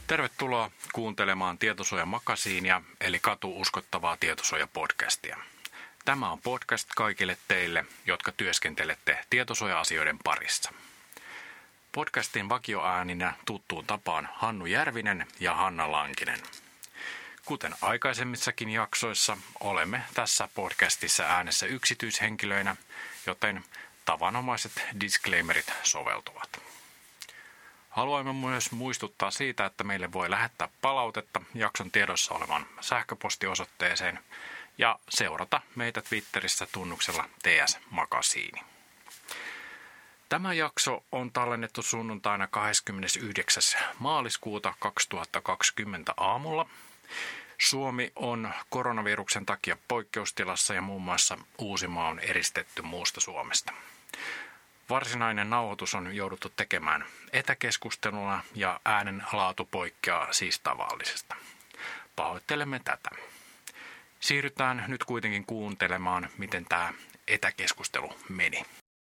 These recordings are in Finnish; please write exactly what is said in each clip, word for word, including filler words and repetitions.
Tervetuloa kuuntelemaan Tietosuoja-makasiinia, eli Katu uskottavaa tietosuoja-podcastia. Tämä on podcast kaikille teille, jotka työskentelette tietosuoja-asioiden parissa. Podcastin vakioääninä tuttuun tapaan Hannu Järvinen ja Hanna Lankinen. Kuten aikaisemmissakin jaksoissa, olemme tässä podcastissa äänessä yksityishenkilöinä, joten tavanomaiset disclaimerit soveltuvat. Haluamme myös muistuttaa siitä, että meille voi lähettää palautetta jakson tiedossa olevan sähköpostiosoitteeseen ja seurata meitä Twitterissä tunnuksella T S Makasiini. Tämä jakso on tallennettu sunnuntaina kahdeskymmenesyhdeksäs maaliskuuta kaksituhattakaksikymmentä aamulla. Suomi on koronaviruksen takia poikkeustilassa ja muun muassa Uusimaa on eristetty muusta Suomesta. Varsinainen nauhoitus on jouduttu tekemään etäkeskusteluna ja äänen laatu poikkeaa siis tavallisesta. Pahoittelemme tätä. Siirrytään nyt kuitenkin kuuntelemaan, miten tämä etäkeskustelu meni.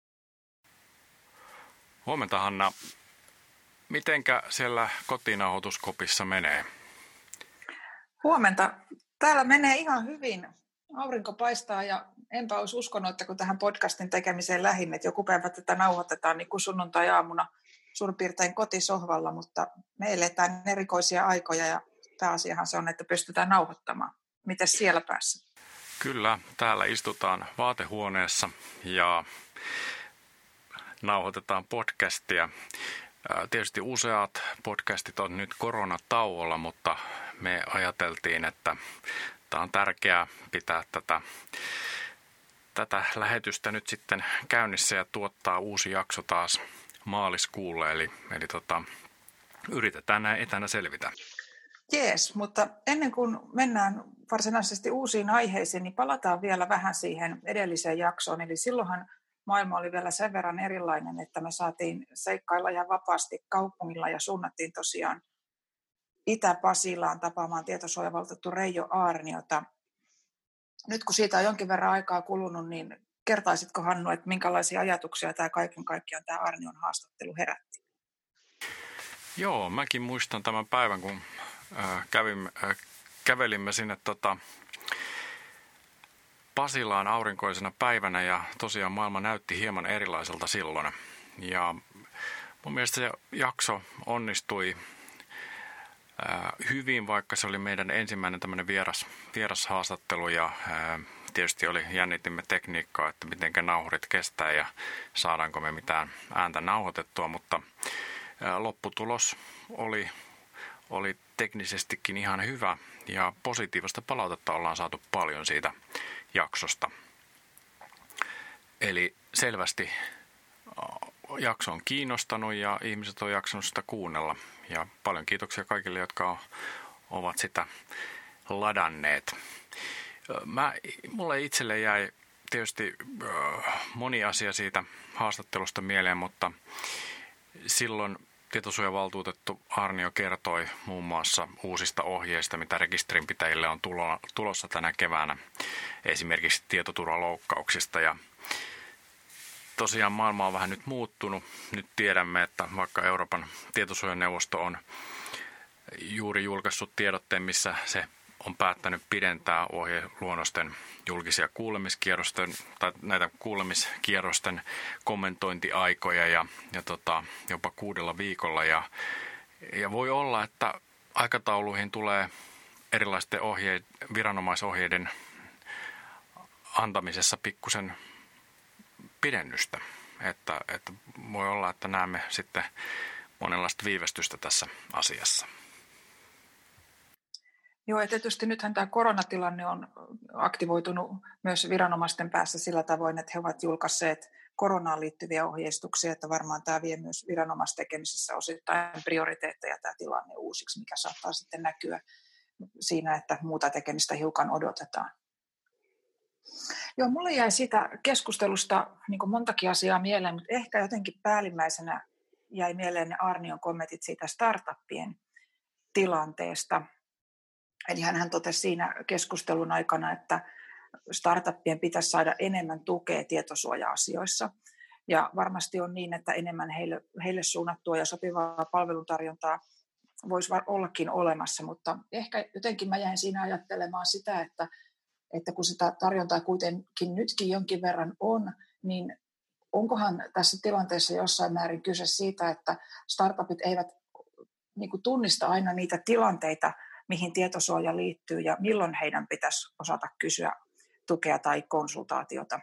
Huomenta, Hanna. Mitenkä siellä kotinauhoituskopissa menee? Huomenta. Täällä menee ihan hyvin. Aurinko paistaa ja enpä olisi uskonut, että kun tähän podcastin tekemiseen lähdin, että joku päivä tätä nauhoitetaan niin kuin sunnuntai-aamuna suurin piirtein kotisohvalla, mutta me eletään erikoisia aikoja ja pääasiahan se on, että pystytään nauhoittamaan. Mites siellä päässä? Kyllä, täällä istutaan vaatehuoneessa ja nauhoitetaan podcastia. Tietysti useat podcastit on nyt koronatauolla, mutta me ajateltiin, että tämä on tärkeää pitää tätä, tätä lähetystä nyt sitten käynnissä ja tuottaa uusi jakso taas maaliskuulle. Eli, eli tota, yritetään näin etänä selvitä. Jees, mutta ennen kuin mennään varsinaisesti uusiin aiheisiin, niin palataan vielä vähän siihen edelliseen jaksoon. Eli silloinhan maailma oli vielä sen verran erilainen, että me saatiin seikkailla ihan vapaasti kaupungilla ja suunnattiin tosiaan Itä-Pasilaan tapaamaan tietosuojavaltuutettu Reijo Aarniota. Nyt kun siitä on jonkin verran aikaa kulunut, niin kertaisitko, Hannu, että minkälaisia ajatuksia tämä kaiken kaikkiaan tämä Aarnion haastattelu herätti? Joo, mäkin muistan tämän päivän, kun äh, kävimme, äh, kävelimme sinne tota, Pasilaan aurinkoisena päivänä ja tosiaan maailma näytti hieman erilaiselta silloin. Ja mun mielestä se jakso onnistui hyvin, vaikka se oli meidän ensimmäinen tämmöinen vieras, vierashaastattelu ja ää, tietysti oli jännitimme tekniikkaa, että miten nauhurit kestää ja saadaanko me mitään ääntä nauhoitettua, mutta ää, lopputulos oli, oli teknisestikin ihan hyvä ja positiivista palautetta ollaan saatu paljon siitä jaksosta. Eli selvästi jakso on kiinnostanut ja ihmiset on jaksanut sitä kuunnella. Ja paljon kiitoksia kaikille, jotka ovat sitä ladanneet. Mä, mulle itselle jäi tietysti moni asia siitä haastattelusta mieleen, mutta silloin tietosuojavaltuutettu Aarnio kertoi muun muassa uusista ohjeista, mitä rekisterinpitäjille on tulossa tänä keväänä, esimerkiksi tietoturvaloukkauksista. Ja tosiaan maailma on vähän nyt muuttunut. Nyt tiedämme, että vaikka Euroopan tietosuojaneuvosto on juuri julkaissut tiedotteen, missä se on päättänyt pidentää ohjeluonnosten julkisia kuulemiskierrosten tai näitä kuulemiskierrosten kommentointiaikoja ja, ja tota, jopa kuudella viikolla. Ja, ja voi olla, että aikatauluihin tulee erilaisten ohjeiden, viranomaisohjeiden antamisessa pikkusen pidennystä, että, että voi olla, että näemme sitten monenlaista viivästystä tässä asiassa. Joo, ja tietysti nythän tämä koronatilanne on aktivoitunut myös viranomaisten päässä sillä tavoin, että he ovat julkaisseet koronaan liittyviä ohjeistuksia, että varmaan tämä vie myös viranomaistekemisessä osittain prioriteetteja tämä tilanne uusiksi, mikä saattaa sitten näkyä siinä, että muuta tekemistä hiukan odotetaan. Joo, mulle jäi siitä keskustelusta niin kuin montakin asiaa mieleen, mutta ehkä jotenkin päällimmäisenä jäi mieleen ne Aarnion kommentit siitä startuppien tilanteesta. Eli hän totesi siinä keskustelun aikana, että startuppien pitäisi saada enemmän tukea tietosuoja-asioissa. Ja varmasti on niin, että enemmän heille, heille suunnattua ja sopivaa palveluntarjontaa voisi ollakin olemassa, mutta ehkä jotenkin mä jäin siinä ajattelemaan sitä, että, että kun sitä tarjontaa kuitenkin nytkin jonkin verran on, niin onkohan tässä tilanteessa jossain määrin kyse siitä, että startupit eivät niin kuin tunnista aina niitä tilanteita, mihin tietosuoja liittyy ja milloin heidän pitäisi osata kysyä tukea tai konsultaatiota.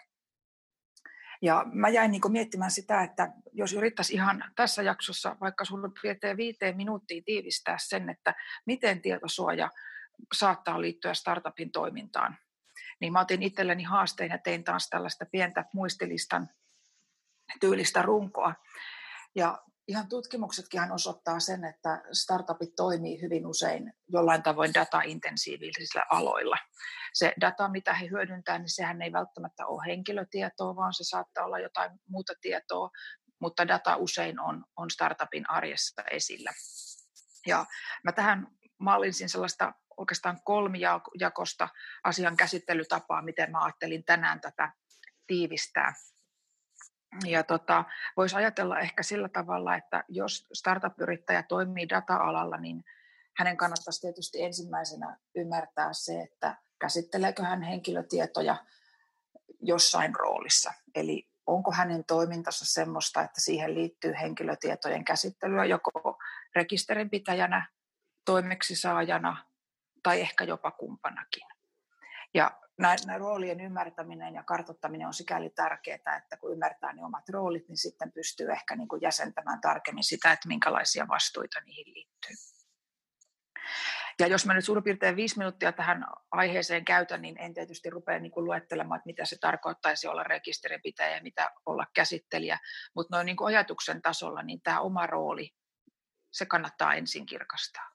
Ja mä jäin niin kuin miettimään sitä, että jos yrittäisi ihan tässä jaksossa vaikka suurin piirtein viiteen minuuttiin tiivistää sen, että miten tietosuoja saattaa liittyä startupin toimintaan, niin mä otin itselleni haasteen ja tein taas tällaista pientä muistilistan tyylistä runkoa. Ja ihan tutkimuksetkin osoittaa sen, että startupit toimii hyvin usein jollain tavoin data-intensiivisillä aloilla. Se data, mitä he hyödyntävät, niin sehän ei välttämättä ole henkilötietoa, vaan se saattaa olla jotain muuta tietoa, mutta data usein on, on startupin arjessa esillä. Ja mä tähän mallinsin sellaista oikeastaan kolmijakosta asian käsittelytapaa, miten mä ajattelin tänään tätä tiivistää. Ja tota, voisi ajatella ehkä sillä tavalla, että jos startup-yrittäjä toimii data-alalla, niin hänen kannattaisi tietysti ensimmäisenä ymmärtää se, että käsitteleekö hän henkilötietoja jossain roolissa. Eli onko hänen toimintansa semmoista, että siihen liittyy henkilötietojen käsittelyä joko rekisterinpitäjänä, toimeksisaajana tai ehkä jopa kumppanakin. Ja näiden roolien ymmärtäminen ja kartoittaminen on sikäli tärkeää, että kun ymmärtää ne omat roolit, niin sitten pystyy ehkä niin kuin jäsentämään tarkemmin sitä, että minkälaisia vastuita niihin liittyy. Ja jos mä nyt suurin piirtein viisi minuuttia tähän aiheeseen käytän, niin en tietysti rupea niin kuin luettelemaan, että mitä se tarkoittaisi olla rekisterinpitäjä ja mitä olla käsittelijä, mutta noin niin kuin ajatuksen tasolla, niin tämä oma rooli, se kannattaa ensin kirkastaa.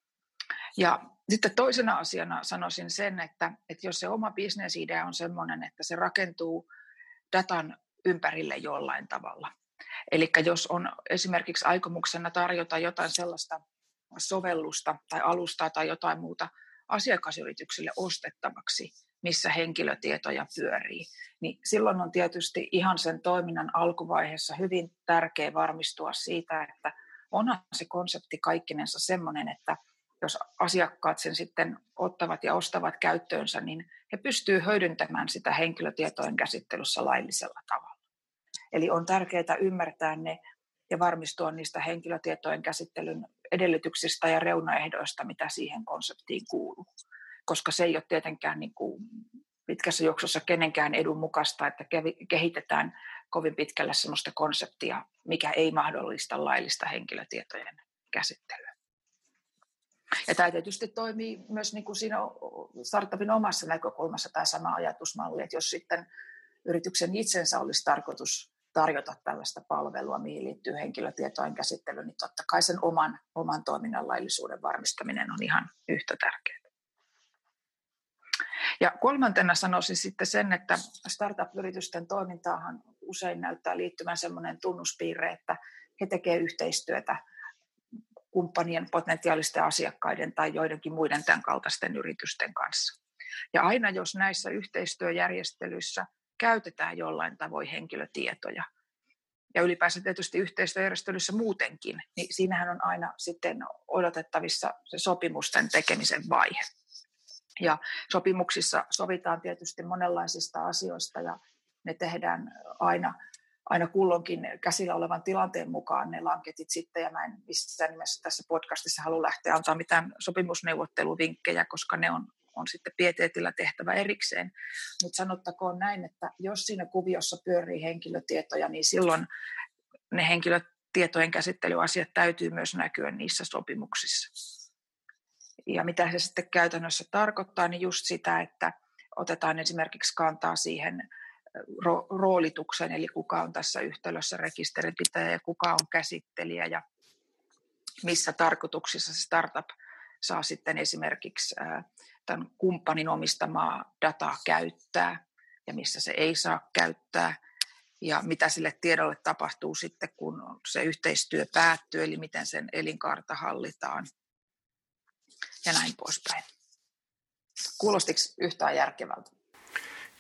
Ja sitten toisena asiana sanoisin sen, että, että jos se oma bisnesidea on sellainen, että se rakentuu datan ympärille jollain tavalla. Eli jos on esimerkiksi aikomuksena tarjota jotain sellaista sovellusta tai alustaa tai jotain muuta asiakasyrityksille ostettavaksi, missä henkilötietoja pyörii, niin silloin on tietysti ihan sen toiminnan alkuvaiheessa hyvin tärkeää varmistua siitä, että onhan se konsepti kaikkinensa sellainen, että jos asiakkaat sen sitten ottavat ja ostavat käyttöönsä, niin he pystyvät hyödyntämään sitä henkilötietojen käsittelyssä laillisella tavalla. Eli on tärkeää ymmärtää ne ja varmistua niistä henkilötietojen käsittelyn edellytyksistä ja reunaehdoista, mitä siihen konseptiin kuuluu. Koska se ei ole tietenkään niin kuin pitkässä juoksussa kenenkään edun mukaista, että kehitetään kovin pitkälle sellaista konseptia, mikä ei mahdollista laillista henkilötietojen käsittelyä. Ja tämä tietysti toimii myös niin kuin siinä startupin omassa näkökulmassa tämä sama ajatusmalli, että jos sitten yrityksen itsensä olisi tarkoitus tarjota tällaista palvelua, mihin liittyy henkilötietojen käsittely, niin totta kai sen oman, oman toiminnan laillisuuden varmistaminen on ihan yhtä tärkeää. Ja kolmantena sanoisin sitten sen, että startup-yritysten toimintaahan usein näyttää liittymään sellainen tunnuspiirre, että he tekevät yhteistyötä kumppanien, potentiaalisten asiakkaiden tai joidenkin muiden tämän kaltaisten yritysten kanssa. Ja aina jos näissä yhteistyöjärjestelyissä käytetään jollain tavoin henkilötietoja, ja ylipäänsä tietysti yhteistyöjärjestelyissä muutenkin, niin siinähän on aina sitten odotettavissa se sopimusten tekemisen vaihe. Ja sopimuksissa sovitaan tietysti monenlaisista asioista, ja ne tehdään aina aina kulloinkin käsillä olevan tilanteen mukaan ne lanketit sitten, ja mä en missään nimessä tässä podcastissa halua lähteä antaa mitään sopimusneuvotteluvinkkejä, koska ne on, on sitten pieteetillä tehtävä erikseen. Mutta sanottakoon näin, että jos siinä kuviossa pyörii henkilötietoja, niin silloin ne henkilötietojen käsittelyasiat täytyy myös näkyä niissä sopimuksissa. Ja mitä se sitten käytännössä tarkoittaa, niin just sitä, että otetaan esimerkiksi kantaa siihen roolituksen, eli kuka on tässä yhtälössä rekisterinpitäjä ja kuka on käsittelijä ja missä tarkoituksissa se startup saa sitten esimerkiksi tämän kumppanin omistamaa dataa käyttää ja missä se ei saa käyttää ja mitä sille tiedolle tapahtuu sitten, kun se yhteistyö päättyy, eli miten sen elinkaarta hallitaan ja näin poispäin. Kuulostiko yhtään järkevältä?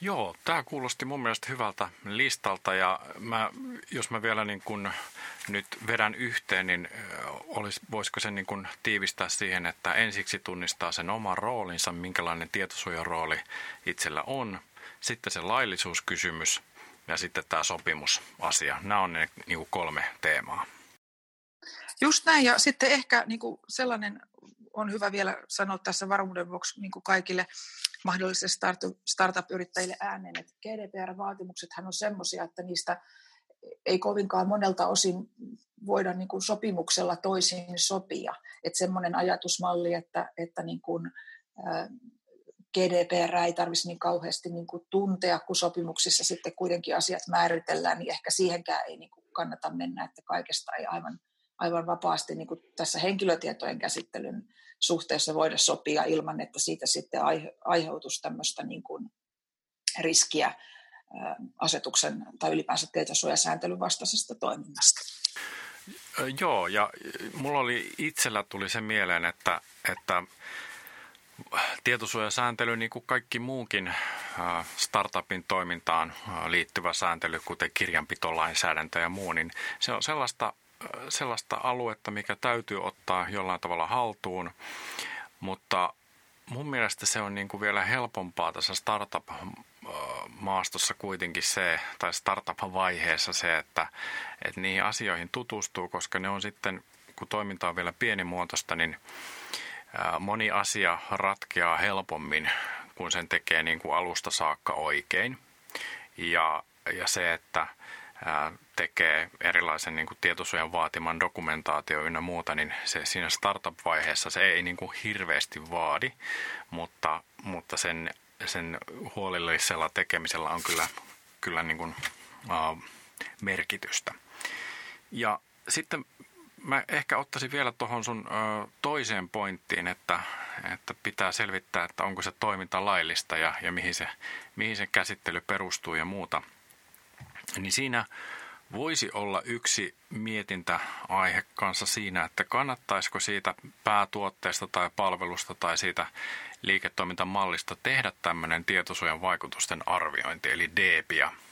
Joo, tämä kuulosti mun mielestä hyvältä listalta ja mä, jos mä vielä niin kun nyt vedän yhteen, niin olis, voisiko sen niin kun tiivistää siihen, että ensiksi tunnistaa sen oman roolinsa, minkälainen tietosuojarooli itsellä on, sitten se laillisuuskysymys ja sitten tämä sopimusasia. Nämä on ne niin kuin kolme teemaa. Just näin, ja sitten ehkä niin kuin sellainen on hyvä vielä sanoa tässä varmuuden vuoksi niin kuin kaikille mahdollisille startup-yrittäjille ääneen, että G D P R-vaatimuksethan on semmoisia, että niistä ei kovinkaan monelta osin voida niin kuin sopimuksella toisiin sopia. Että semmoinen ajatusmalli, että, että niin kuin, ää, G D P R ei tarvitsisi niin kauheasti niin kuin tuntea, kun sopimuksissa sitten kuitenkin asiat määritellään, niin ehkä siihenkään ei niin kuin kannata mennä, että kaikesta ei aivan, aivan vapaasti niin kuin tässä henkilötietojen käsittelyn suhteessa voida sopia ilman, että siitä sitten aiheutuisi tämmöistä niin kuin riskiä asetuksen tai ylipäänsä tietosuojasääntelyn vastaisesta toiminnasta. Joo, ja mulla oli itsellä tuli se mieleen, että, että tietosuojasääntely, niin kuin kaikki muukin startupin toimintaan liittyvä sääntely, kuten kirjanpitolainsäädäntö ja muu, niin se on sellaista, sellaista aluetta, mikä täytyy ottaa jollain tavalla haltuun, mutta mun mielestä se on niin kuin vielä helpompaa tässä startup-maastossa kuitenkin se, tai startup-vaiheessa se, että, että niihin asioihin tutustuu, koska ne on sitten, kun toiminta on vielä pienimuotoista, niin moni asia ratkeaa helpommin, kun sen tekee niin kuin alusta saakka oikein. Ja, ja se, että tekee erilaisen niin kuin tietosuojan vaatiman dokumentaatio ynnä muuta, niin se siinä startup-vaiheessa se ei niin kuin hirveästi vaadi, mutta, mutta sen, sen huolellisella tekemisellä on kyllä, kyllä niin kuin, uh, merkitystä. Ja sitten mä ehkä ottaisin vielä tuohon sun uh, toiseen pointtiin, että, että pitää selvittää, että onko se toiminta laillista ja, ja mihin, se, mihin se käsittely perustuu ja muuta. Niin siinä voisi olla yksi mietintäaihe kanssa siinä, että kannattaisiko siitä päätuotteesta tai palvelusta tai siitä liiketoimintamallista tehdä tämmöinen tietosuojan vaikutusten arviointi, eli D P I A.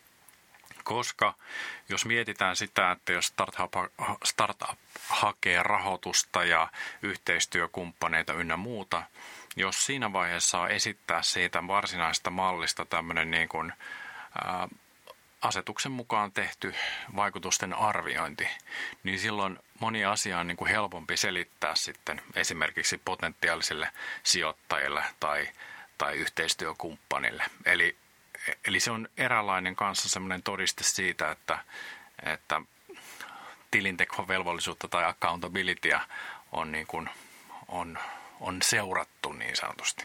Koska jos mietitään sitä, että jos startup, startup hakee rahoitusta ja yhteistyökumppaneita ynnä muuta, jos siinä vaiheessa saa esittää siitä varsinaista mallista tämmöinen niin kuin ää, asetuksen mukaan tehty vaikutusten arviointi, niin silloin moni asia on niin kuin helpompi selittää sitten esimerkiksi potentiaalisille sijoittajille tai, tai yhteistyökumppanille. Eli, eli se on eräänlainen kanssa semmoinen todiste siitä, että, että tilintekovelvollisuutta tai accountabilityä on, niin kuin, on, on seurattu niin sanotusti.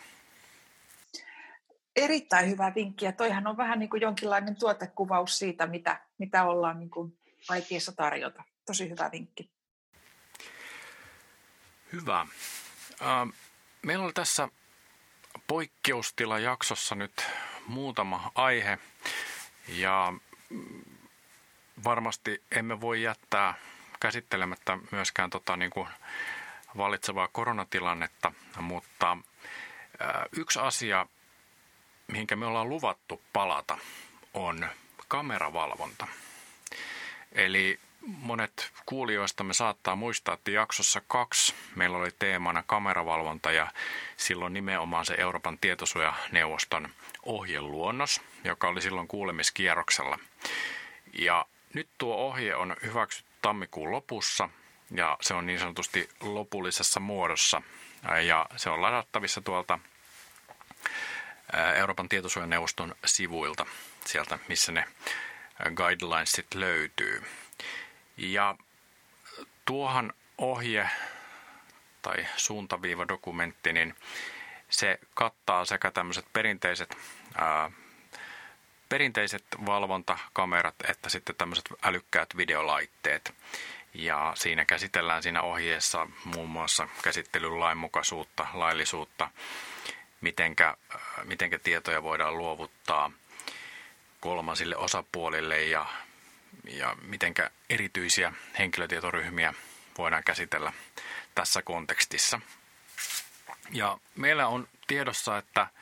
Erittäin hyvä vinkki, ja toihan on vähän niin kuin jonkinlainen tuotekuvaus siitä, mitä, mitä ollaan niin kuin aikeissa tarjota. Tosi hyvä vinkki. Hyvä. Meillä oli tässä poikkeustilajaksossa nyt muutama aihe, ja varmasti emme voi jättää käsittelemättä myöskään tota niin kuin vallitsevaa koronatilannetta, mutta yksi asia, mihinkä me ollaan luvattu palata, on kameravalvonta. Eli monet kuulijoistamme saattaa muistaa, että jaksossa kaksi meillä oli teemana kameravalvonta ja silloin nimenomaan se Euroopan tietosuojaneuvoston ohjeluonnos, joka oli silloin kuulemiskierroksella. Ja nyt tuo ohje on hyväksytty tammikuun lopussa ja se on niin sanotusti lopullisessa muodossa ja se on ladattavissa tuolta Euroopan tietosuojaneuvoston sivuilta, sieltä missä ne guidelinesit löytyy. Ja tuohan ohje tai suuntaviivadokumentti, niin se kattaa sekä tämmöiset perinteiset, ää, perinteiset valvontakamerat että sitten tämmöiset älykkäät videolaitteet. Ja siinä käsitellään siinä ohjeessa muun muassa käsittelyn lainmukaisuutta, laillisuutta, Mitenkä, mitenkä tietoja voidaan luovuttaa kolmansille osapuolille ja, ja mitenkä erityisiä henkilötietoryhmiä voidaan käsitellä tässä kontekstissa. Ja meillä on tiedossa, että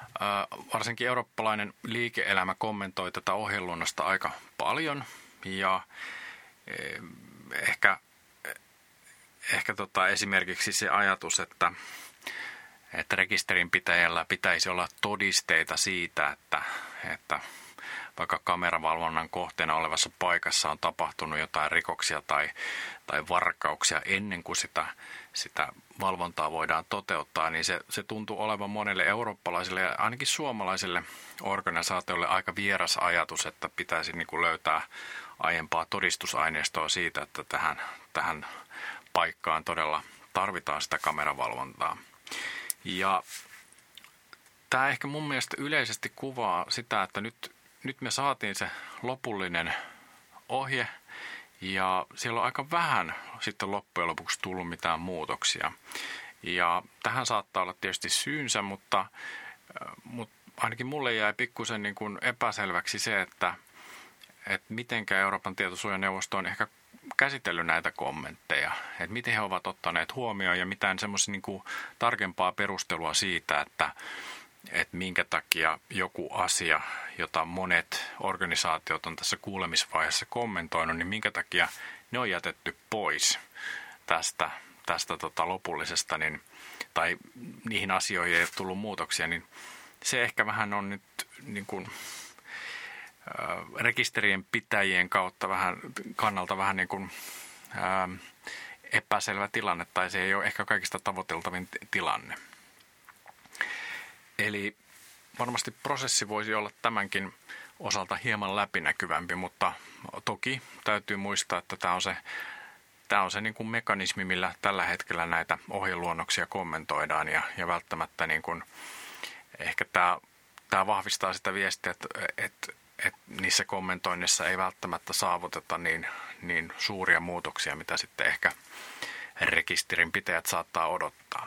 Varsinkin eurooppalainen liike-elämä kommentoi tätä ohjeluonnosta aika paljon ja ehkä, ehkä tota esimerkiksi se ajatus, että, että rekisterinpitäjällä pitäisi olla todisteita siitä, että, että vaikka kameravalvonnan kohteena olevassa paikassa on tapahtunut jotain rikoksia tai, tai varkauksia ennen kuin sitä, sitä valvontaa voidaan toteuttaa, niin se, se tuntuu olevan monelle eurooppalaisille ja ainakin suomalaisille organisaatioille aika vieras ajatus, että pitäisi niin kuin löytää aiempaa todistusaineistoa siitä, että tähän, tähän paikkaan todella tarvitaan sitä kameravalvontaa. Ja tämä ehkä mun mielestä yleisesti kuvaa sitä, että nyt Nyt me saatiin se lopullinen ohje ja siellä on aika vähän sitten loppujen lopuksi tullut mitään muutoksia. Ja tähän saattaa olla tietysti syynsä, mutta, mutta ainakin mulle jäi pikkusen niin kuin epäselväksi se, että, että mitenkä Euroopan tietosuojaneuvosto on ehkä käsitellyt näitä kommentteja. Että miten he ovat ottaneet huomioon ja mitään semmoista niin kuin tarkempaa perustelua siitä, että että minkä takia joku asia, jota monet organisaatiot on tässä kuulemisvaiheessa kommentoinut, niin minkä takia ne on jätetty pois tästä, tästä tota lopullisesta, niin, tai niihin asioihin ei ole tullut muutoksia, niin se ehkä vähän on nyt niin kuin, ä, rekisterien pitäjien kautta vähän, kannalta vähän niin kuin, ä, epäselvä tilanne, tai se ei ole ehkä kaikista tavoiteltavin tilanne. Eli varmasti prosessi voisi olla tämänkin osalta hieman läpinäkyvämpi, mutta toki täytyy muistaa, että tämä on se, tämä on se niin kuin mekanismi, millä tällä hetkellä näitä ohjeluonnoksia kommentoidaan ja, ja välttämättä niin kuin, ehkä tämä, tämä vahvistaa sitä viestiä, että, että, että niissä kommentoinnissa ei välttämättä saavuteta niin, niin suuria muutoksia, mitä sitten ehkä rekisterinpitäjät saattaa odottaa.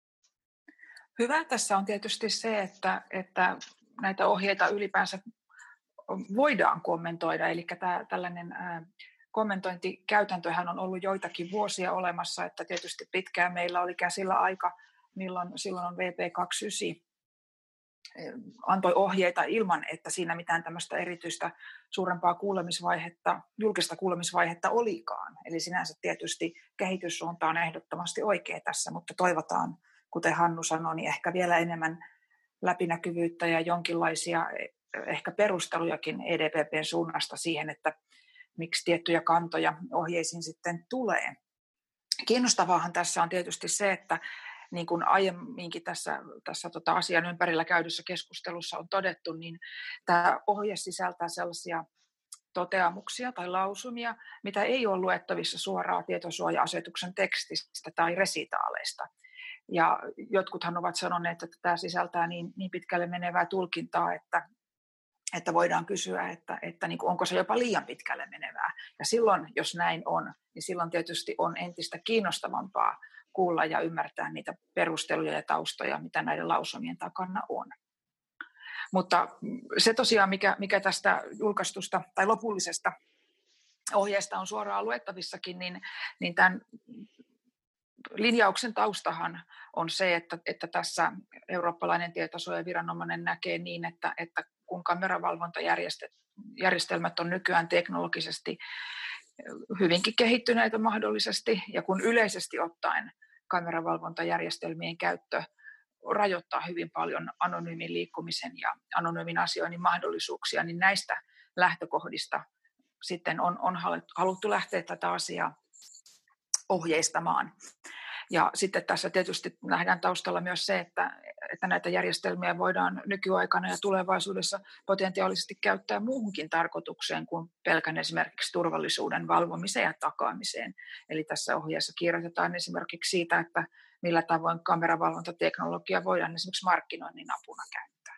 Hyvä tässä on tietysti se, että, että näitä ohjeita ylipäänsä voidaan kommentoida, eli tämä, tällainen ää, kommentointikäytäntöhän on ollut joitakin vuosia olemassa, että tietysti pitkään meillä oli käsillä aika, milloin silloin on V P kaksikymmentäyhdeksän antoi ohjeita ilman, että siinä mitään tämmöistä erityistä suurempaa kuulemisvaihetta, julkista kuulemisvaihetta olikaan. Eli sinänsä tietysti kehityssuunta on ehdottomasti oikea tässä, mutta toivotaan, kuten Hannu sanoi, niin ehkä vielä enemmän läpinäkyvyyttä ja jonkinlaisia ehkä perustelujakin E D P P:n suunnasta siihen, että miksi tiettyjä kantoja ohjeisiin sitten tulee. Kiinnostavaahan tässä on tietysti se, että niin kuin aiemminkin tässä, tässä tota asian ympärillä käydyssä keskustelussa on todettu, niin tämä ohje sisältää sellaisia toteamuksia tai lausumia, mitä ei ole luettavissa suoraan tietosuoja-asetuksen tekstistä tai resitaaleista. Ja jotkuthan ovat sanoneet, että tämä sisältää niin, niin pitkälle menevää tulkintaa, että, että voidaan kysyä, että, että niin kuin onko se jopa liian pitkälle menevää. Ja silloin, jos näin on, niin silloin tietysti on entistä kiinnostavampaa kuulla ja ymmärtää niitä perusteluja ja taustoja, mitä näiden lausumien takana on. Mutta se tosiaan, mikä, mikä tästä julkaistusta tai lopullisesta ohjeesta on suoraan luettavissakin, niin, niin tämän linjauksen taustahan on se, että, että tässä eurooppalainen tietosuojaviranomainen näkee niin, että, että kun kameravalvontajärjestelmät on nykyään teknologisesti hyvinkin kehittyneitä mahdollisesti, ja kun yleisesti ottaen kameravalvontajärjestelmien käyttö rajoittaa hyvin paljon anonyymin liikkumisen ja anonyymin asioinnin mahdollisuuksia, niin näistä lähtökohdista sitten on, on haluttu lähteä tätä asiaa ohjeistamaan. Ja sitten tässä tietysti nähdään taustalla myös se, että, että näitä järjestelmiä voidaan nykyaikana ja tulevaisuudessa potentiaalisesti käyttää muuhunkin tarkoitukseen kuin pelkän esimerkiksi turvallisuuden valvomiseen ja takaamiseen. Eli tässä ohjeessa kirjoitetaan esimerkiksi siitä, että millä tavoin kameravalvontateknologia voidaan esimerkiksi markkinoinnin apuna käyttää.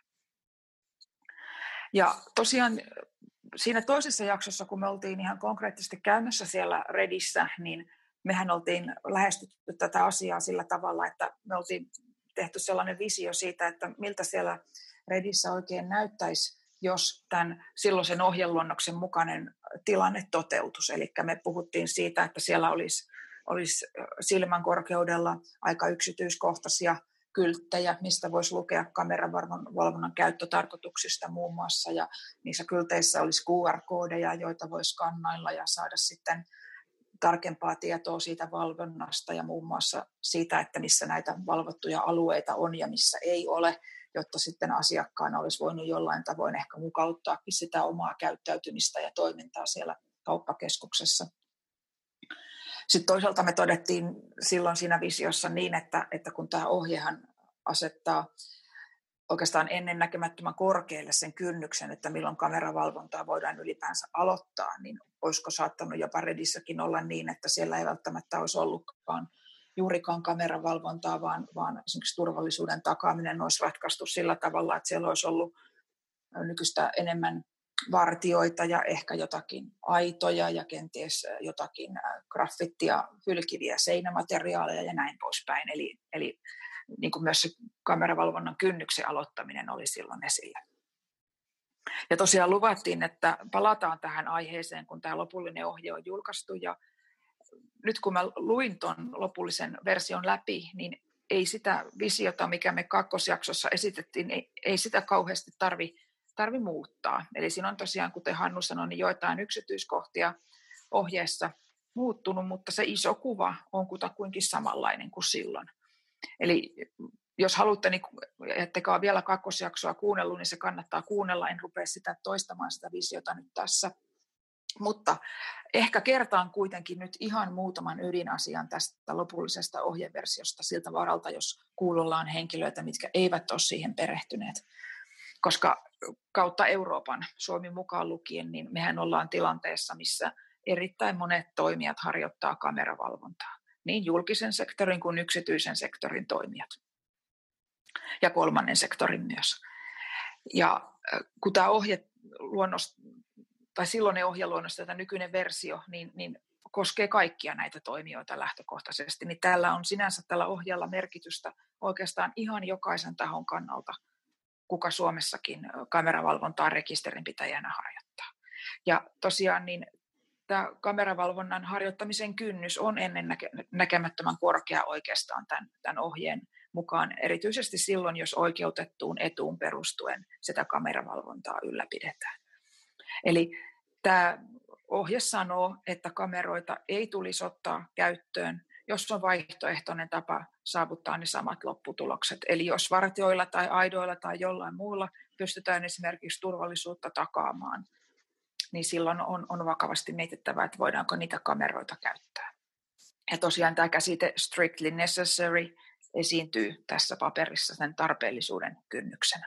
Ja tosiaan siinä toisessa jaksossa, kun me oltiin ihan konkreettisesti käymässä siellä Redissä, niin mehän oltiin lähestytty tätä asiaa sillä tavalla, että me oltiin tehty sellainen visio siitä, että miltä siellä Redissä oikein näyttäisi, jos tämän silloisen ohjeluonnoksen mukainen tilanne toteutus. Eli me puhuttiin siitä, että siellä olisi, olisi silmän korkeudella aika yksityiskohtaisia kylttejä, mistä voisi lukea kameravalvonnan käyttötarkoituksista muun muassa, ja niissä kylteissä olisi Q R-koodeja, joita voisi skannailla ja saada sitten tarkempaa tietoa siitä valvonnasta ja muun muassa siitä, että missä näitä valvottuja alueita on ja missä ei ole, jotta sitten asiakkaana olisi voinut jollain tavoin ehkä mukauttaakin sitä omaa käyttäytymistä ja toimintaa siellä kauppakeskuksessa. Sitten toisaalta me todettiin silloin siinä visiossa niin, että, että kun tämä ohjehan asettaa oikeastaan ennennäkemättömän korkealle sen kynnyksen, että milloin kameravalvontaa voidaan ylipäänsä aloittaa, niin olisiko saattanut jopa Redissäkin olla niin, että siellä ei välttämättä olisi ollutkaan juurikaan kameravalvontaa, vaan, vaan esimerkiksi turvallisuuden takaaminen olisi ratkaistu sillä tavalla, että siellä olisi ollut nykyistä enemmän vartioita ja ehkä jotakin aitoja ja kenties jotakin graffittia hylkiviä seinämateriaaleja ja näin poispäin. Eli, eli niin kuin myös se kameravalvonnan kynnyksen aloittaminen oli silloin esillä. Ja tosiaan luvattiin, että palataan tähän aiheeseen, kun tämä lopullinen ohje on julkaistu. Ja nyt kun mä luin tuon lopullisen version läpi, niin ei sitä visiota, mikä me kakkosjaksossa esitettiin, ei, ei sitä kauheasti tarvi, tarvi muuttaa. Eli siinä on tosiaan, kuten Hannu sanoi, niin joitain yksityiskohtia ohjeessa muuttunut, mutta se iso kuva on kutakuinkin samanlainen kuin silloin. Eli jos haluatte, niin ettekä ole vielä kakkosjaksoa kuunnellut, niin se kannattaa kuunnella. En rupea sitä toistamaan sitä visiota nyt tässä. Mutta ehkä kertaan kuitenkin nyt ihan muutaman ydinasian tästä lopullisesta ohjeversiosta siltä varalta, jos kuulolla on henkilöitä, mitkä eivät ole siihen perehtyneet. Koska kautta Euroopan, Suomi mukaan lukien, niin mehän ollaan tilanteessa, missä erittäin monet toimijat harjoittaa kameravalvontaa. Niin julkisen sektorin kuin yksityisen sektorin toimijat. Ja kolmannen sektorin myös. Ja kun tämä ohjeluonnos, tai silloinen ohjeluonnos, tämä nykyinen versio, niin, niin koskee kaikkia näitä toimijoita lähtökohtaisesti, niin täällä on sinänsä tällä ohjeella merkitystä oikeastaan ihan jokaisen tahon kannalta, kuka Suomessakin kameravalvontaa rekisterinpitäjänä harjoittaa. Ja tosiaan niin tämä kameravalvonnan harjoittamisen kynnys on ennen näkemättömän korkea oikeastaan tämän, tämän ohjeen mukaan, erityisesti silloin, jos oikeutettuun etuun perustuen sitä kameravalvontaa ylläpidetään. Eli tämä ohje sanoo, että kameroita ei tulisi ottaa käyttöön, jos on vaihtoehtoinen tapa saavuttaa ne samat lopputulokset. Eli jos vartioilla tai aidoilla tai jollain muulla pystytään esimerkiksi turvallisuutta takaamaan, niin silloin on, on vakavasti mietittävä, että voidaanko niitä kameroita käyttää. Ja tosiaan tämä käsite strictly necessary esiintyy tässä paperissa sen tarpeellisuuden kynnyksenä.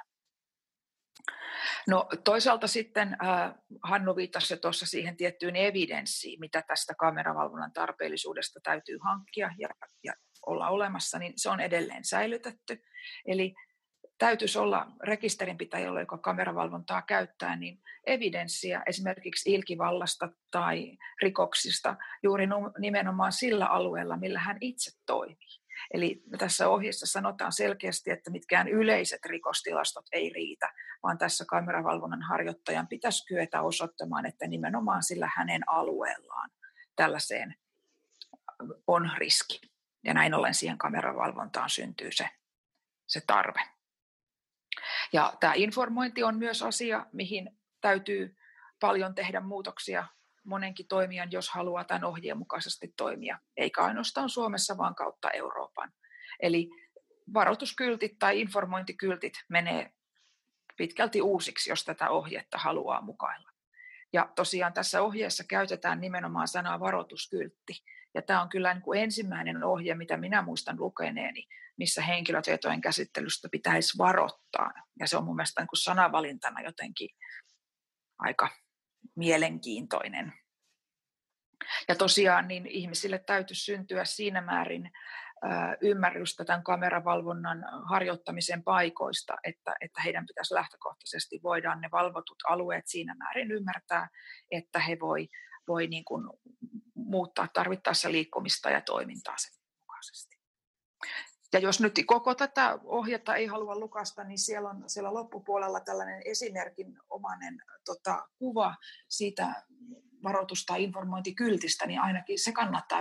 No toisaalta sitten äh, Hannu viittasi tuossa siihen tiettyyn evidenssiin, mitä tästä kameravalvonnan tarpeellisuudesta täytyy hankkia ja, ja olla olemassa, niin se on edelleen säilytetty. Eli täytyisi olla rekisterinpitäjällä, joka kameravalvontaa käyttää, niin evidenssiä esimerkiksi ilkivallasta tai rikoksista juuri nimenomaan sillä alueella, millä hän itse toimii. Eli tässä ohjeessa sanotaan selkeästi, että mitkään yleiset rikostilastot ei riitä, vaan tässä kameravalvonnan harjoittajan pitäisi kyetä osoittamaan, että nimenomaan sillä hänen alueellaan tällaiseen on riski. Ja näin ollen siihen kameravalvontaan syntyy se, se tarve. Ja tämä informointi on myös asia, mihin täytyy paljon tehdä muutoksia monenkin toimijan, jos haluaa tämän ohjeen mukaisesti toimia, eikä ainoastaan Suomessa, vaan kautta Euroopan. Eli varoituskyltit tai informointikyltit menee pitkälti uusiksi, jos tätä ohjetta haluaa mukailla. Ja tosiaan tässä ohjeessa käytetään nimenomaan sanaa varoituskyltti. Ja tämä on kyllä niin kuin ensimmäinen ohje, mitä minä muistan lukeneeni, missä henkilötietojen käsittelystä pitäisi varoittaa. Ja se on mun mielestä niin kuin sanavalintana jotenkin aika mielenkiintoinen. Ja tosiaan niin ihmisille täytyisi syntyä siinä määrin ö, ymmärrystä tämän kameravalvonnan harjoittamisen paikoista, että, että heidän pitäisi lähtökohtaisesti voidaan ne valvotut alueet siinä määrin ymmärtää, että he voi, voi niin kuin muuttaa tarvittaessa liikkumista ja toimintaa sen mukaisesti. Ja jos nyt koko tätä ohjetta ei halua lukasta, niin siellä on siellä loppupuolella tällainen esimerkinomainen tota, kuva siitä varoitus- tai informointikyltistä, niin ainakin se kannattaa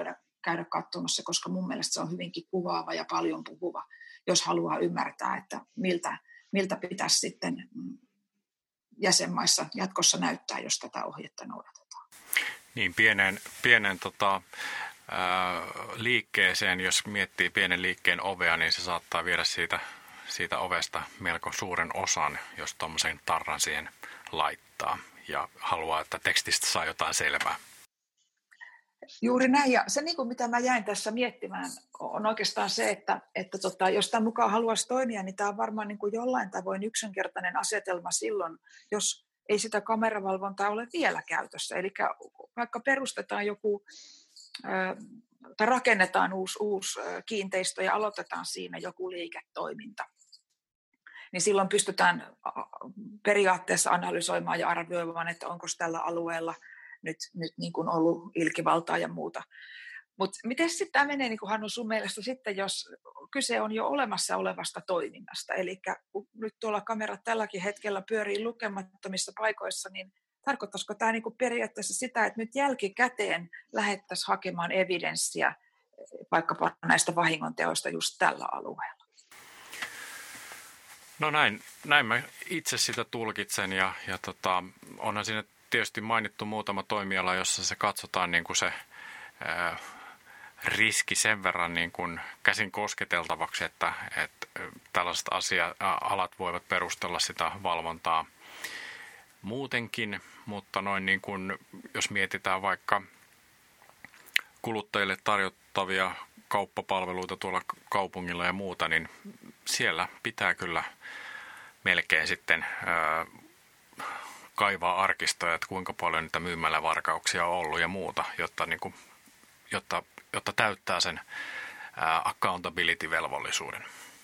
käydä katsomassa, koska mun mielestä se on hyvinkin kuvaava ja paljon puhuva, jos haluaa ymmärtää, että miltä, miltä pitäisi sitten jäsenmaissa jatkossa näyttää, jos tätä ohjetta noudatetaan. Niin, pienen, pienen tota, ää, liikkeeseen, jos miettii pienen liikkeen ovea, niin se saattaa viedä siitä, siitä ovesta melko suuren osan, jos tuommoisen tarran siihen laittaa ja haluaa, että tekstistä saa jotain selvää. Juuri näin, ja se niin kuin mitä mä jäin tässä miettimään on oikeastaan se, että, että tota, jos tämän mukaan haluaisi toimia, niin tämä on varmaan niin kuin jollain tavoin yksinkertainen asetelma silloin, jos ei sitä kameravalvontaa ole vielä käytössä. Eli vaikka perustetaan joku tai rakennetaan uusi, uusi kiinteistö ja aloitetaan siinä joku liiketoiminta, niin silloin pystytään periaatteessa analysoimaan ja arvioimaan, että onko tällä alueella nyt, nyt niin kuin ollut ilkivaltaa ja muuta. Mutta miten sitten tämä menee, niin kuin Hannu, sun mielestä sitten, jos kyse on jo olemassa olevasta toiminnasta? Eli kun nyt tuolla kamerat tälläkin hetkellä pyörii lukemattomissa paikoissa, niin tarkoittaisiko tämä niin kuin periaatteessa sitä, että nyt jälkikäteen lähdettäisiin hakemaan evidenssiä vaikkapa näistä vahingonteoista just tällä alueella? No näin, näin mä itse sitä tulkitsen ja, ja tota, onhan siinä tietysti mainittu muutama toimiala, jossa se katsotaan niin kuin se ää, riski sen verran niin kuin käsin kosketeltavaksi, että, että tällaiset asia, alat voivat perustella sitä valvontaa muutenkin, mutta noin niin kuin, jos mietitään vaikka kuluttajille tarjottavia kauppapalveluita tuolla kaupungilla ja muuta, niin siellä pitää kyllä melkein sitten ää, kaivaa arkistoja, että kuinka paljon niitä myymälävarkauksia on ollut ja muuta, jotta, niin kuin, jotta, jotta täyttää sen ää, accountability-velvollisuuden.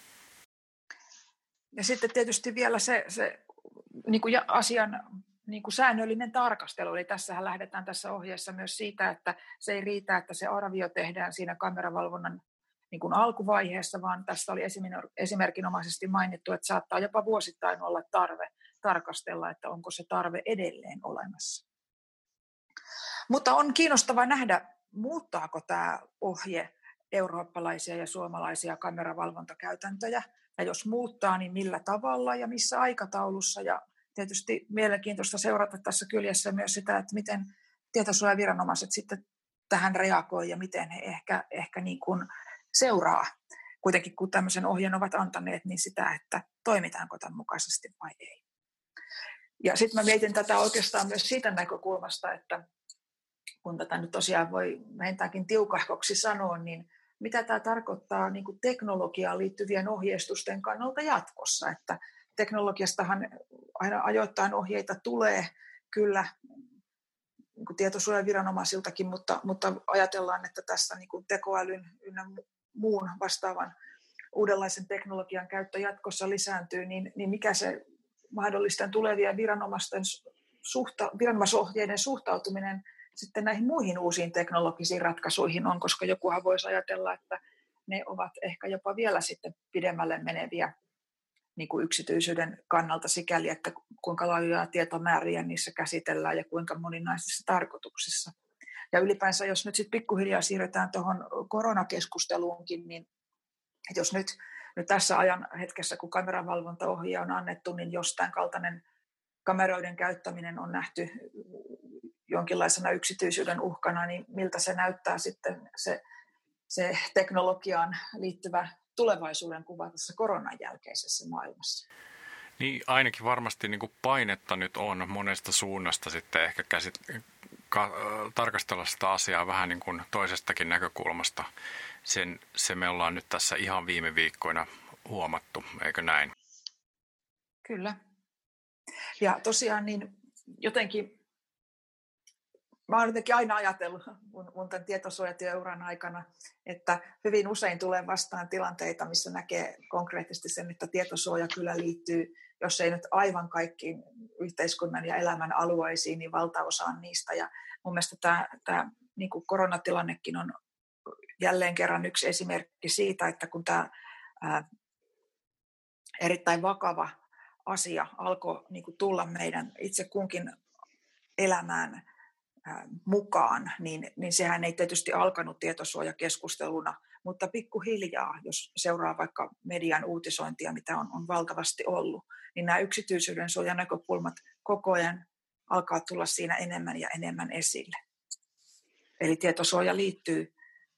Ja sitten tietysti vielä se, se niin kuin asian niin kuin säännöllinen tarkastelu, eli tässähän lähdetään tässä ohjeessa myös siitä, että se ei riitä, että se arvio tehdään siinä kameravalvonnan niin kuin alkuvaiheessa, vaan tässä oli esimerkinomaisesti mainittu, että saattaa jopa vuosittain olla tarve tarkastella, että onko se tarve edelleen olemassa. Mutta on kiinnostavaa nähdä, muuttaako tämä ohje eurooppalaisia ja suomalaisia kameravalvontakäytäntöjä, ja jos muuttaa, niin millä tavalla ja missä aikataulussa, ja tietysti mielenkiintoista seurata tässä kyljessä myös sitä, että miten tietosuojaviranomaiset sitten tähän reagoi ja miten he ehkä, ehkä niin kuin seuraa, kuitenkin kun tämmöisen ohjeen ovat antaneet, niin sitä, että toimitaanko tämän mukaisesti vai ei. Ja sitten mä mietin tätä oikeastaan myös siitä näkökulmasta, että kun tätä nyt tosiaan voi vähintäänkin tiukahkoksi sanoa, niin mitä tämä tarkoittaa niin kuin teknologiaan liittyvien ohjeistusten kannalta jatkossa, että teknologiastahan aina ajoittain ohjeita tulee kyllä niin kuin tietosuojaviranomaisiltakin, mutta, mutta ajatellaan, että tässä niin kuin tekoälyn ynnä muun vastaavan uudenlaisen teknologian käyttö jatkossa lisääntyy, niin, niin mikä se mahdollisten tulevien viranomaisten suhta, viranomaisohjeiden suhtautuminen sitten näihin muihin uusiin teknologisiin ratkaisuihin on, koska jokuhan voisi ajatella, että ne ovat ehkä jopa vielä sitten pidemmälle meneviä niin kuin yksityisyyden kannalta sikäli, että kuinka laajoja tietomääriä niissä käsitellään ja kuinka moninaisissa tarkoituksissa. Ja ylipäänsä, jos nyt sitten pikkuhiljaa siirrytään tuohon koronakeskusteluunkin, niin jos nyt, nyt tässä ajan hetkessä, kun kameravalvontaohje on annettu, niin jos tämän kaltainen kameroiden käyttäminen on nähty jonkinlaisena yksityisyyden uhkana, niin miltä se näyttää sitten se, se teknologiaan liittyvä tulevaisuuden kuva tässä koronan jälkeisessä maailmassa? Niin ainakin varmasti niin kuin painetta nyt on monesta suunnasta sitten ehkä käsit, ka, tarkastella sitä asiaa vähän niin kuin toisestakin näkökulmasta. Sen, se me ollaan nyt tässä ihan viime viikkoina huomattu, eikö näin? Kyllä. Ja tosiaan niin jotenkin mä oon jotenkin aina ajatellut mun, mun tämän tietosuojatyöuran aikana, että hyvin usein tulee vastaan tilanteita, missä näkee konkreettisesti sen, että tietosuoja kyllä liittyy, jos ei nyt aivan kaikkiin yhteiskunnan ja elämän alueisiin, niin valtaosaan niistä. Ja mun mielestä tämä, tämä niin kuin koronatilannekin on jälleen kerran yksi esimerkki siitä, että kun tämä ää, erittäin vakava asia alkoi niin kuin tulla meidän itse kunkin elämään mukaan, niin, niin sehän ei tietysti alkanut tietosuojakeskusteluna, mutta pikkuhiljaa, jos seuraa vaikka median uutisointia, mitä on, on valtavasti ollut, niin nämä yksityisyyden suojan näkökulmat koko ajan alkaa tulla siinä enemmän ja enemmän esille. Eli tietosuoja liittyy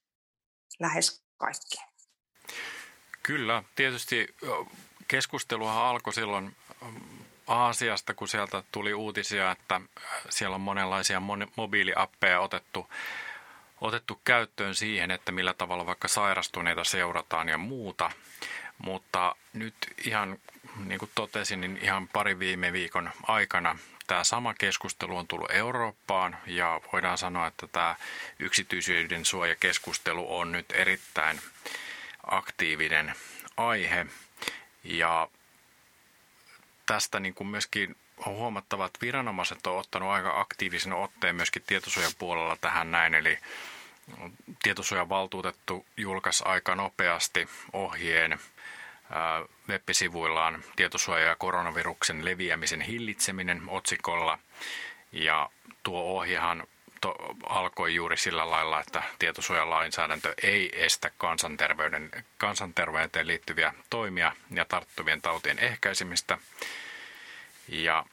lähes kaikkeen. Kyllä, tietysti keskusteluhan alkoi silloin Aasiasta, kun sieltä tuli uutisia, että siellä on monenlaisia mobiiliappeja otettu, otettu käyttöön siihen, että millä tavalla vaikka sairastuneita seurataan ja muuta. Mutta nyt ihan niin kuin totesin, niin ihan pari viime viikon aikana tämä sama keskustelu on tullut Eurooppaan ja voidaan sanoa, että tämä yksityisyyden suojakeskustelu on nyt erittäin aktiivinen aihe ja tästä niin kuin myöskin on huomattava, että viranomaiset on ottanut aika aktiivisen otteen myöskin tietosuojan puolella tähän näin. Eli tietosuojavaltuutettu julkaisi aika nopeasti ohjeen web-sivuillaan tietosuoja- ja koronaviruksen leviämisen hillitseminen otsikolla. Ja tuo ohjehan to, alkoi juuri sillä lailla, että tietosuojalainsäädäntö ei estä kansanterveyden, kansanterveyteen liittyviä toimia ja tarttuvien tautien ehkäisemistä. Ja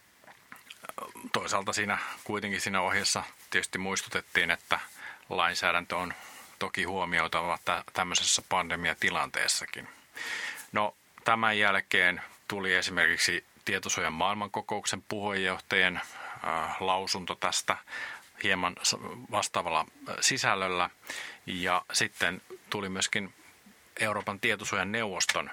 toisaalta siinä kuitenkin siinä ohjeessa tietysti muistutettiin, että lainsäädäntö on toki huomioitava tämmöisessä pandemiatilanteessakin. No tämän jälkeen tuli esimerkiksi tietosuojan maailmankokouksen puheenjohtajien äh, lausunto tästä hieman vastaavalla sisällöllä ja sitten tuli myöskin Euroopan tietosuojan neuvoston äh,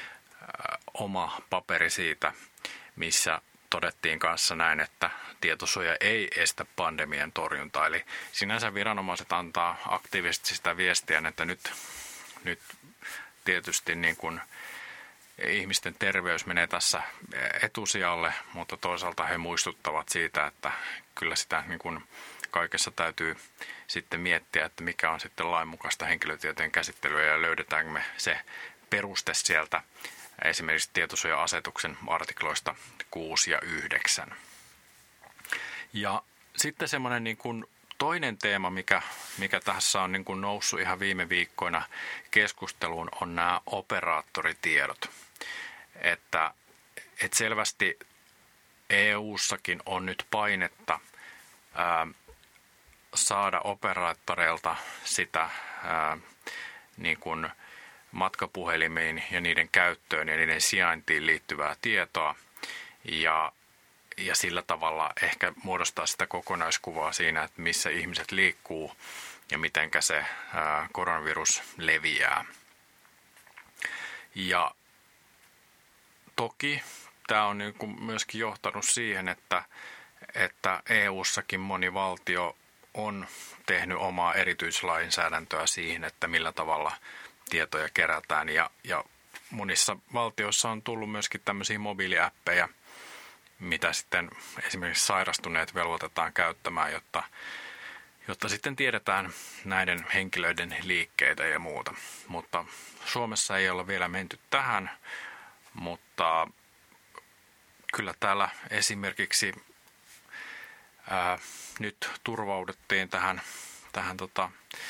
oma paperi siitä, missä todettiin kanssa näin, että tietosuoja ei estä pandemian torjuntaa. Eli sinänsä viranomaiset antaa aktiivisesti sitä viestiä, että nyt, nyt tietysti niin kuin ihmisten terveys menee tässä etusijalle, mutta toisaalta he muistuttavat siitä, että kyllä sitä niin kuin kaikessa täytyy sitten miettiä, että mikä on sitten lainmukaista henkilötietojen käsittelyä ja löydetäänkö me se peruste sieltä esimerkiksi tietosuoja-asetuksen artikloista kuusi ja yhdeksän. Ja sitten semmoinen niin kuin toinen teema, mikä, mikä tässä on niin kuin noussut ihan viime viikkoina keskusteluun, on nämä operaattoritiedot. Että, että selvästi E U:ssakin on nyt painetta ää, saada operaattoreilta sitä ää, niin kuin matkapuhelimiin ja niiden käyttöön ja niiden sijaintiin liittyvää tietoa ja, ja sillä tavalla ehkä muodostaa sitä kokonaiskuvaa siinä, että missä ihmiset liikkuu ja mitenkä se ää, koronavirus leviää. Ja toki tämä on niin kuin myöskin johtanut siihen, että, että E U:ssakin moni valtio on tehnyt omaa erityislainsäädäntöä siihen, että millä tavalla tietoja kerätään ja, ja monissa valtioissa on tullut myöskin tämmöisiä mobiiliäppejä, mitä sitten esimerkiksi sairastuneet velvoitetaan käyttämään, jotta, jotta sitten tiedetään näiden henkilöiden liikkeitä ja muuta. Mutta Suomessa ei olla vielä menty tähän, mutta kyllä täällä esimerkiksi ää, nyt turvauduttiin tähän, tähän tota,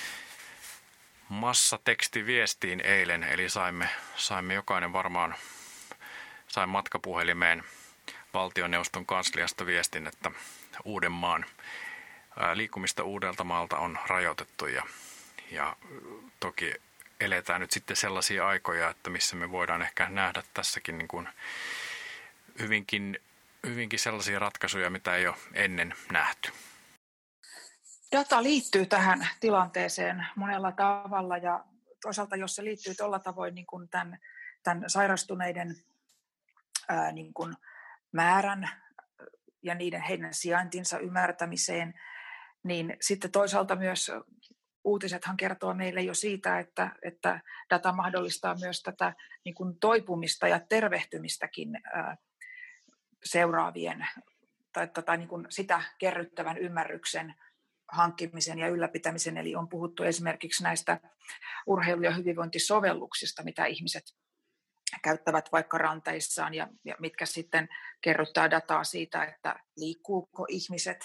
massatekstiviestiin eilen, eli saimme, saimme jokainen varmaan, sain matkapuhelimeen valtioneuvoston kansliasta viestin, että Uudenmaan ää, liikkumista Uudeltamaalta on rajoitettu ja, ja toki eletään nyt sitten sellaisia aikoja, että missä me voidaan ehkä nähdä tässäkin niin kuin hyvinkin, hyvinkin sellaisia ratkaisuja, mitä ei ole ennen nähty. Data liittyy tähän tilanteeseen monella tavalla ja toisaalta jos se liittyy tuolla tavoin niin kuin tämän, tämän sairastuneiden ää, niin kuin määrän ja niiden heidän sijaintinsa ymmärtämiseen, niin sitten toisaalta myös uutisethan kertoo meille jo siitä, että, että data mahdollistaa myös tätä niin kuin toipumista ja tervehtymistäkin ää, seuraavien tai, tai niin kuin sitä kerryttävän ymmärryksen hankkimisen ja ylläpitämisen. Eli on puhuttu esimerkiksi näistä urheilu- ja hyvinvointisovelluksista, mitä ihmiset käyttävät vaikka ranteissaan ja, ja mitkä sitten kerryttää dataa siitä, että liikkuuko ihmiset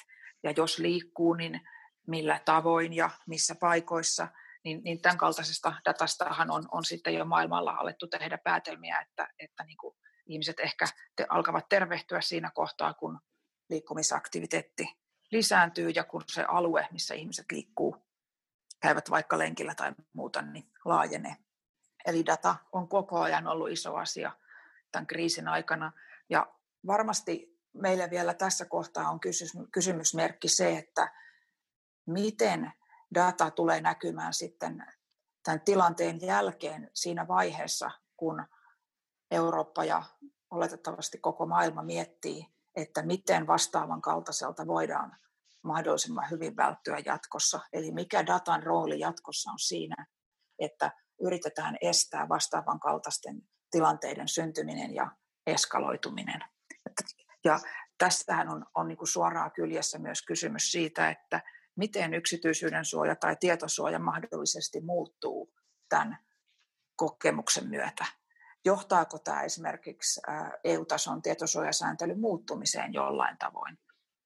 ja jos liikkuu, niin millä tavoin ja missä paikoissa, niin, niin tämän kaltaisesta datastahan on, on sitten jo maailmalla alettu tehdä päätelmiä, että, että niin kuin ihmiset ehkä te, alkavat tervehtyä siinä kohtaa, kun liikkumisaktiviteetti lisääntyy ja kun se alue, missä ihmiset liikkuu, käyvät vaikka lenkillä tai muuta, niin laajenee. Eli data on koko ajan ollut iso asia tämän kriisin aikana. Ja varmasti meille vielä tässä kohtaa on kysymysmerkki se, että miten data tulee näkymään sitten tämän tilanteen jälkeen siinä vaiheessa, kun Eurooppa ja oletettavasti koko maailma miettii, että miten vastaavan kaltaiselta voidaan mahdollisimman hyvin välttyä jatkossa. Eli mikä datan rooli jatkossa on siinä, että yritetään estää vastaavan kaltaisten tilanteiden syntyminen ja eskaloituminen. Ja tästähän on, on niin kuin suoraan kyljessä myös kysymys siitä, että miten yksityisyyden suoja tai tietosuoja mahdollisesti muuttuu tämän kokemuksen myötä. Johtaako tämä esimerkiksi E U-tason tietosuojasääntelyn muuttumiseen jollain tavoin?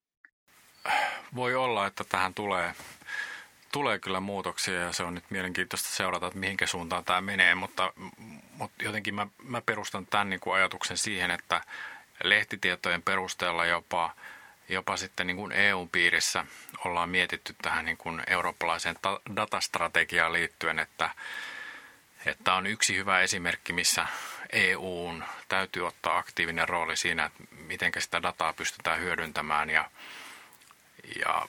Voi olla, että tähän tulee, tulee kyllä muutoksia ja se on nyt mielenkiintoista seurata, että mihinkä suuntaan tämä menee, mutta, mutta jotenkin mä, mä perustan tämän niin kuin ajatuksen siihen, että lehtitietojen perusteella jopa, jopa sitten niin kuin E U-piirissä ollaan mietitty tähän niin kuin eurooppalaiseen datastrategiaan liittyen, että Että on yksi hyvä esimerkki, missä E U:n täytyy ottaa aktiivinen rooli siinä, että miten sitä dataa pystytään hyödyntämään ja, ja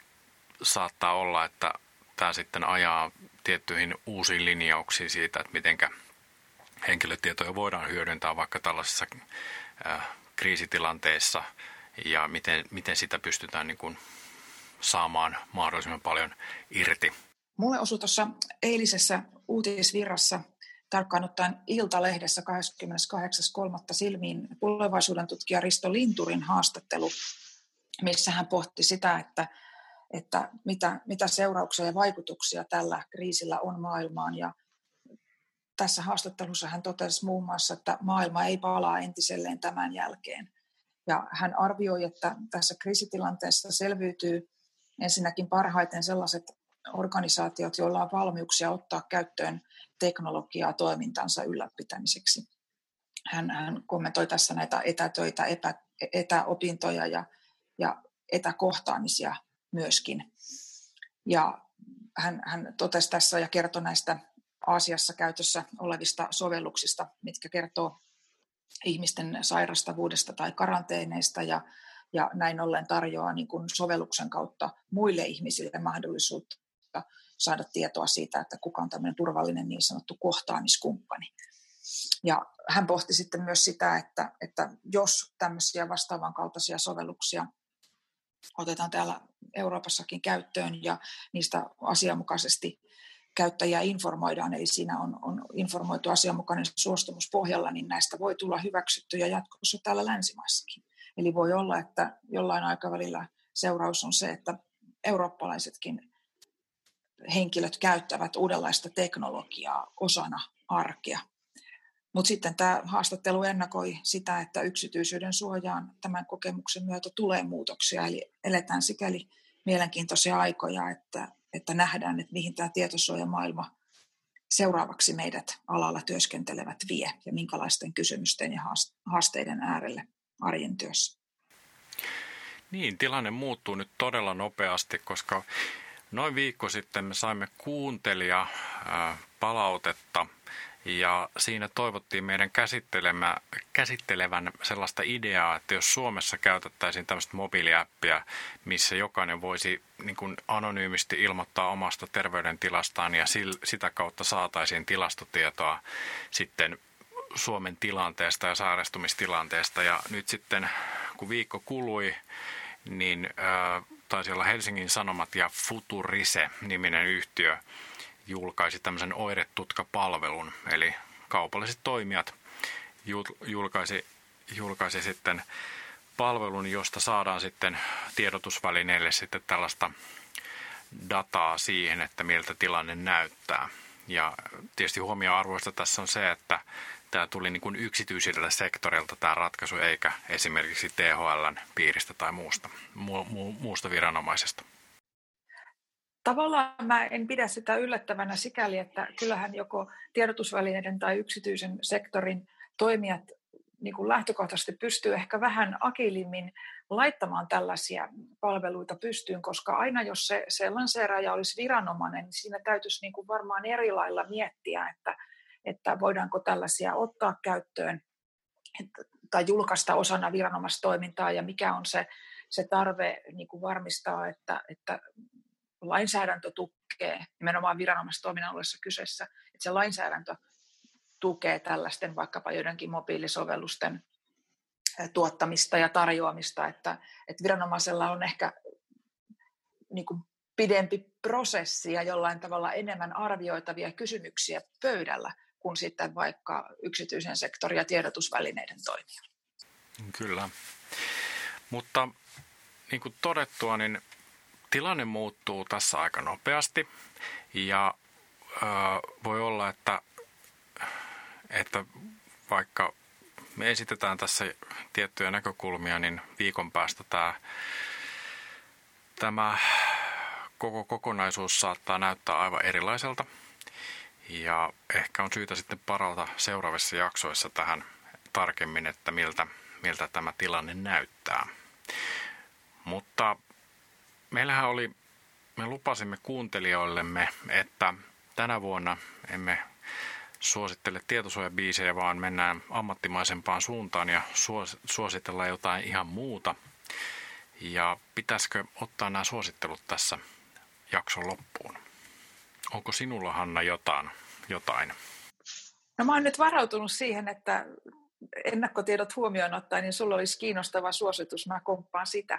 saattaa olla, että tämä sitten ajaa tiettyihin uusiin linjauksiin siitä, että miten henkilötietoja voidaan hyödyntää vaikka tällaisessa äh, kriisitilanteessa ja miten, miten sitä pystytään niin kuin saamaan mahdollisimman paljon irti. Mulle osui tuossa eilisessä uutisvirrassa tarkkaan ottaen Iltalehdessä kahdeskymmeneskahdeksas kolmatta silmiin tulevaisuuden tutkija Risto Linturin haastattelu, missä hän pohti sitä, että, että mitä, mitä seurauksia ja vaikutuksia tällä kriisillä on maailmaan. Ja tässä haastattelussa hän totesi muun muassa, että maailma ei palaa entiselleen tämän jälkeen. Ja hän arvioi, että tässä kriisitilanteessa selviytyy ensinnäkin parhaiten sellaiset organisaatiot, joilla on valmiuksia ottaa käyttöön teknologiaa toimintansa ylläpitämiseksi. Hän, hän kommentoi tässä näitä etätöitä, epä, etäopintoja ja, ja etäkohtaamisia myöskin. Ja hän, hän totesi tässä ja kertoi näistä Aasiassa käytössä olevista sovelluksista, mitkä kertoo ihmisten sairastavuudesta tai karanteeneista ja, ja näin ollen tarjoaa niin kuin sovelluksen kautta muille ihmisille mahdollisuutta saada tietoa siitä, että kuka on tämmöinen turvallinen niin sanottu kohtaamiskumppani. Ja hän pohti sitten myös sitä, että, että jos tämmöisiä vastaavan kaltaisia sovelluksia otetaan täällä Euroopassakin käyttöön ja niistä asianmukaisesti käyttäjiä informoidaan, eli siinä on, on informoitu asianmukainen suostumus pohjalla, niin näistä voi tulla hyväksyttyjä jatkossa täällä länsimaissakin. Eli voi olla, että jollain aikavälillä seuraus on se, että eurooppalaisetkin henkilöt käyttävät uudenlaista teknologiaa osana arkea. Mutta sitten tämä haastattelu ennakoi sitä, että yksityisyyden suojaan tämän kokemuksen myötä tulee muutoksia. Eli eletään sikäli mielenkiintoisia aikoja, että, että nähdään, että mihin tämä tietosuojamaailma seuraavaksi meidät alalla työskentelevät vie ja minkälaisten kysymysten ja haasteiden äärelle arjen työssä. Niin, tilanne muuttuu nyt todella nopeasti, koska noin viikko sitten me saimme kuuntelija palautetta ja siinä toivottiin meidän käsittelevän sellaista ideaa, että jos Suomessa käytettäisiin tämmöistä mobiiliäppiä, missä jokainen voisi niin kuin anonyymisti ilmoittaa omasta terveydentilastaan ja sitä kautta saataisiin tilastotietoa sitten Suomen tilanteesta ja sairastumistilanteesta. Ja nyt sitten kun viikko kului, niin äh, taisi olla Helsingin Sanomat ja Futurise-niminen yhtiö julkaisi tämmöisen oiretutkapalvelun, eli kaupalliset toimijat julkaisi, julkaisi sitten palvelun, josta saadaan sitten tiedotusvälineille sitten tällaista dataa siihen, että miltä tilanne näyttää. Ja tietysti huomioarvoista tässä on se, että tämä tuli niin kuin yksityisiltä sektorilta tämä ratkaisu, eikä esimerkiksi T H L:n piiristä tai muusta, mu, mu, muusta viranomaisesta. Tavallaan mä en pidä sitä yllättävänä sikäli, että kyllähän joko tiedotusvälineiden tai yksityisen sektorin toimijat niin kuin lähtökohtaisesti pystyy ehkä vähän agilimmin laittamaan tällaisia palveluita pystyyn, koska aina jos se, se lanseeraaja olisi viranomainen, niin siinä täytyisi niin kuin varmaan eri lailla miettiä, että, että voidaanko tällaisia ottaa käyttöön että, tai julkaista osana viranomaistoimintaa ja mikä on se, se tarve niin kuin varmistaa, että, että lainsäädäntö tukee nimenomaan viranomaistoiminnan ollessa kyseessä, että se lainsäädäntö tukee tällaisten vaikkapa joidenkin mobiilisovellusten tuottamista ja tarjoamista, että, että viranomaisella on ehkä niin kuin pidempi prosessi ja jollain tavalla enemmän arvioitavia kysymyksiä pöydällä kuin sitten vaikka yksityisen sektorin ja tiedotusvälineiden toimia. Kyllä, mutta niin kuin todettua, niin tilanne muuttuu tässä aika nopeasti ja äh, voi olla, että, että vaikka me esitetään tässä tiettyjä näkökulmia, niin viikon päästä tämä, tämä koko kokonaisuus saattaa näyttää aivan erilaiselta. Ja ehkä on syytä sitten paralta seuraavissa jaksoissa tähän tarkemmin, että miltä, miltä tämä tilanne näyttää. Mutta meillähän oli, me lupasimme kuuntelijoillemme, että tänä vuonna emme suosittele tietosuojabiisejä, vaan mennään ammattimaisempaan suuntaan ja suositellaan jotain ihan muuta. Ja pitäisikö ottaa nämä suosittelut tässä jakson loppuun? Onko sinulla, Hanna, jotain? jotain? No mä oon nyt varautunut siihen, että ennakkotiedot huomioon ottaen, niin sulla olisi kiinnostava suositus, mä komppaan sitä.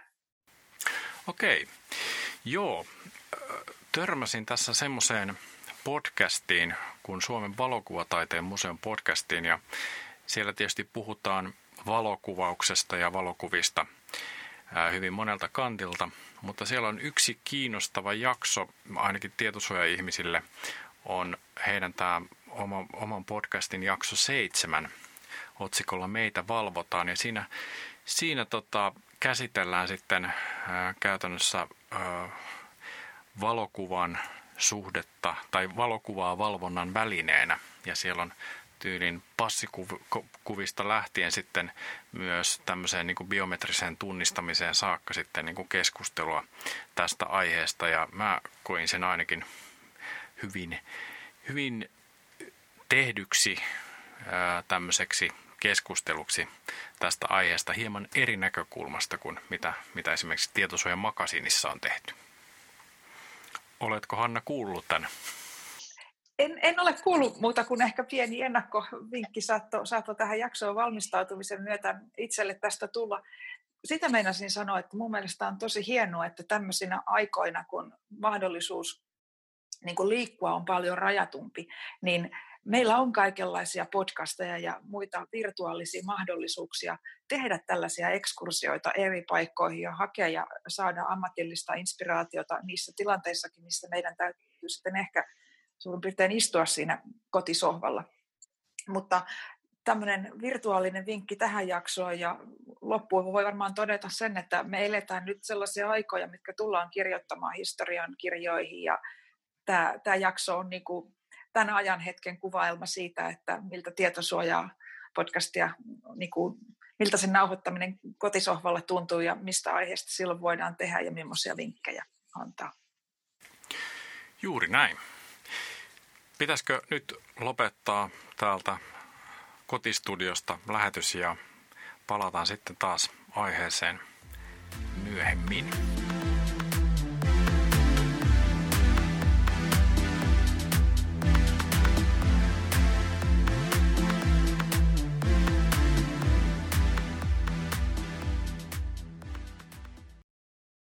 Okei. Joo, törmäsin tässä semmoiseen podcastiin kuin Suomen valokuvataiteen museon podcastiin ja siellä tietysti puhutaan valokuvauksesta ja valokuvista hyvin monelta kantilta, mutta siellä on yksi kiinnostava jakso, ainakin tietosuoja-ihmisille, on heidän tämä oma, oman podcastin jakso seitsemän otsikolla Meitä valvotaan ja siinä, siinä tota, käsitellään sitten ää, käytännössä ää, valokuvan suhdetta tai valokuvaa valvonnan välineenä ja siellä on tyylin passikuvista lähtien sitten myös tämmöiseen niin kuin biometriseen tunnistamiseen saakka sitten niin kuin keskustelua tästä aiheesta ja mä koin sen ainakin hyvin, hyvin tehdyksi ää, tämmöiseksi keskusteluksi tästä aiheesta hieman eri näkökulmasta kuin mitä, mitä esimerkiksi Tietosuojan Makasiinissa on tehty. Oletko, Hanna, kuullut tämän? En, en ole kuullut muuta kuin ehkä pieni ennakkovinkki saattoi saatto tähän jaksoon valmistautumisen myötä itselle tästä tulla. Sitä meinasin sanoa, että mun mielestä on tosi hienoa, että tämmöisinä aikoina, kun mahdollisuus niin kuin liikkua on paljon rajatumpi, niin meillä on kaikenlaisia podcasteja ja muita virtuaalisia mahdollisuuksia tehdä tällaisia ekskursioita eri paikkoihin ja hakea ja saada ammatillista inspiraatiota niissä tilanteissakin, missä meidän täytyy sitten ehkä suurin piirtein istua siinä kotisohvalla. Mutta tämmöinen virtuaalinen vinkki tähän jaksoon ja loppuun voi varmaan todeta sen, että me eletään nyt sellaisia aikoja, mitkä tullaan kirjoittamaan historian kirjoihin ja tämä, tämä jakso on niin kuin tämän ajan hetken kuvailma siitä, että miltä tietosuojaa podcastia, niin kuin, miltä sen nauhoittaminen kotisohvalla tuntuu ja mistä aiheesta silloin voidaan tehdä ja millaisia vinkkejä antaa. Juuri näin. Pitäisikö nyt lopettaa täältä kotistudiosta lähetys ja palataan sitten taas aiheeseen myöhemmin.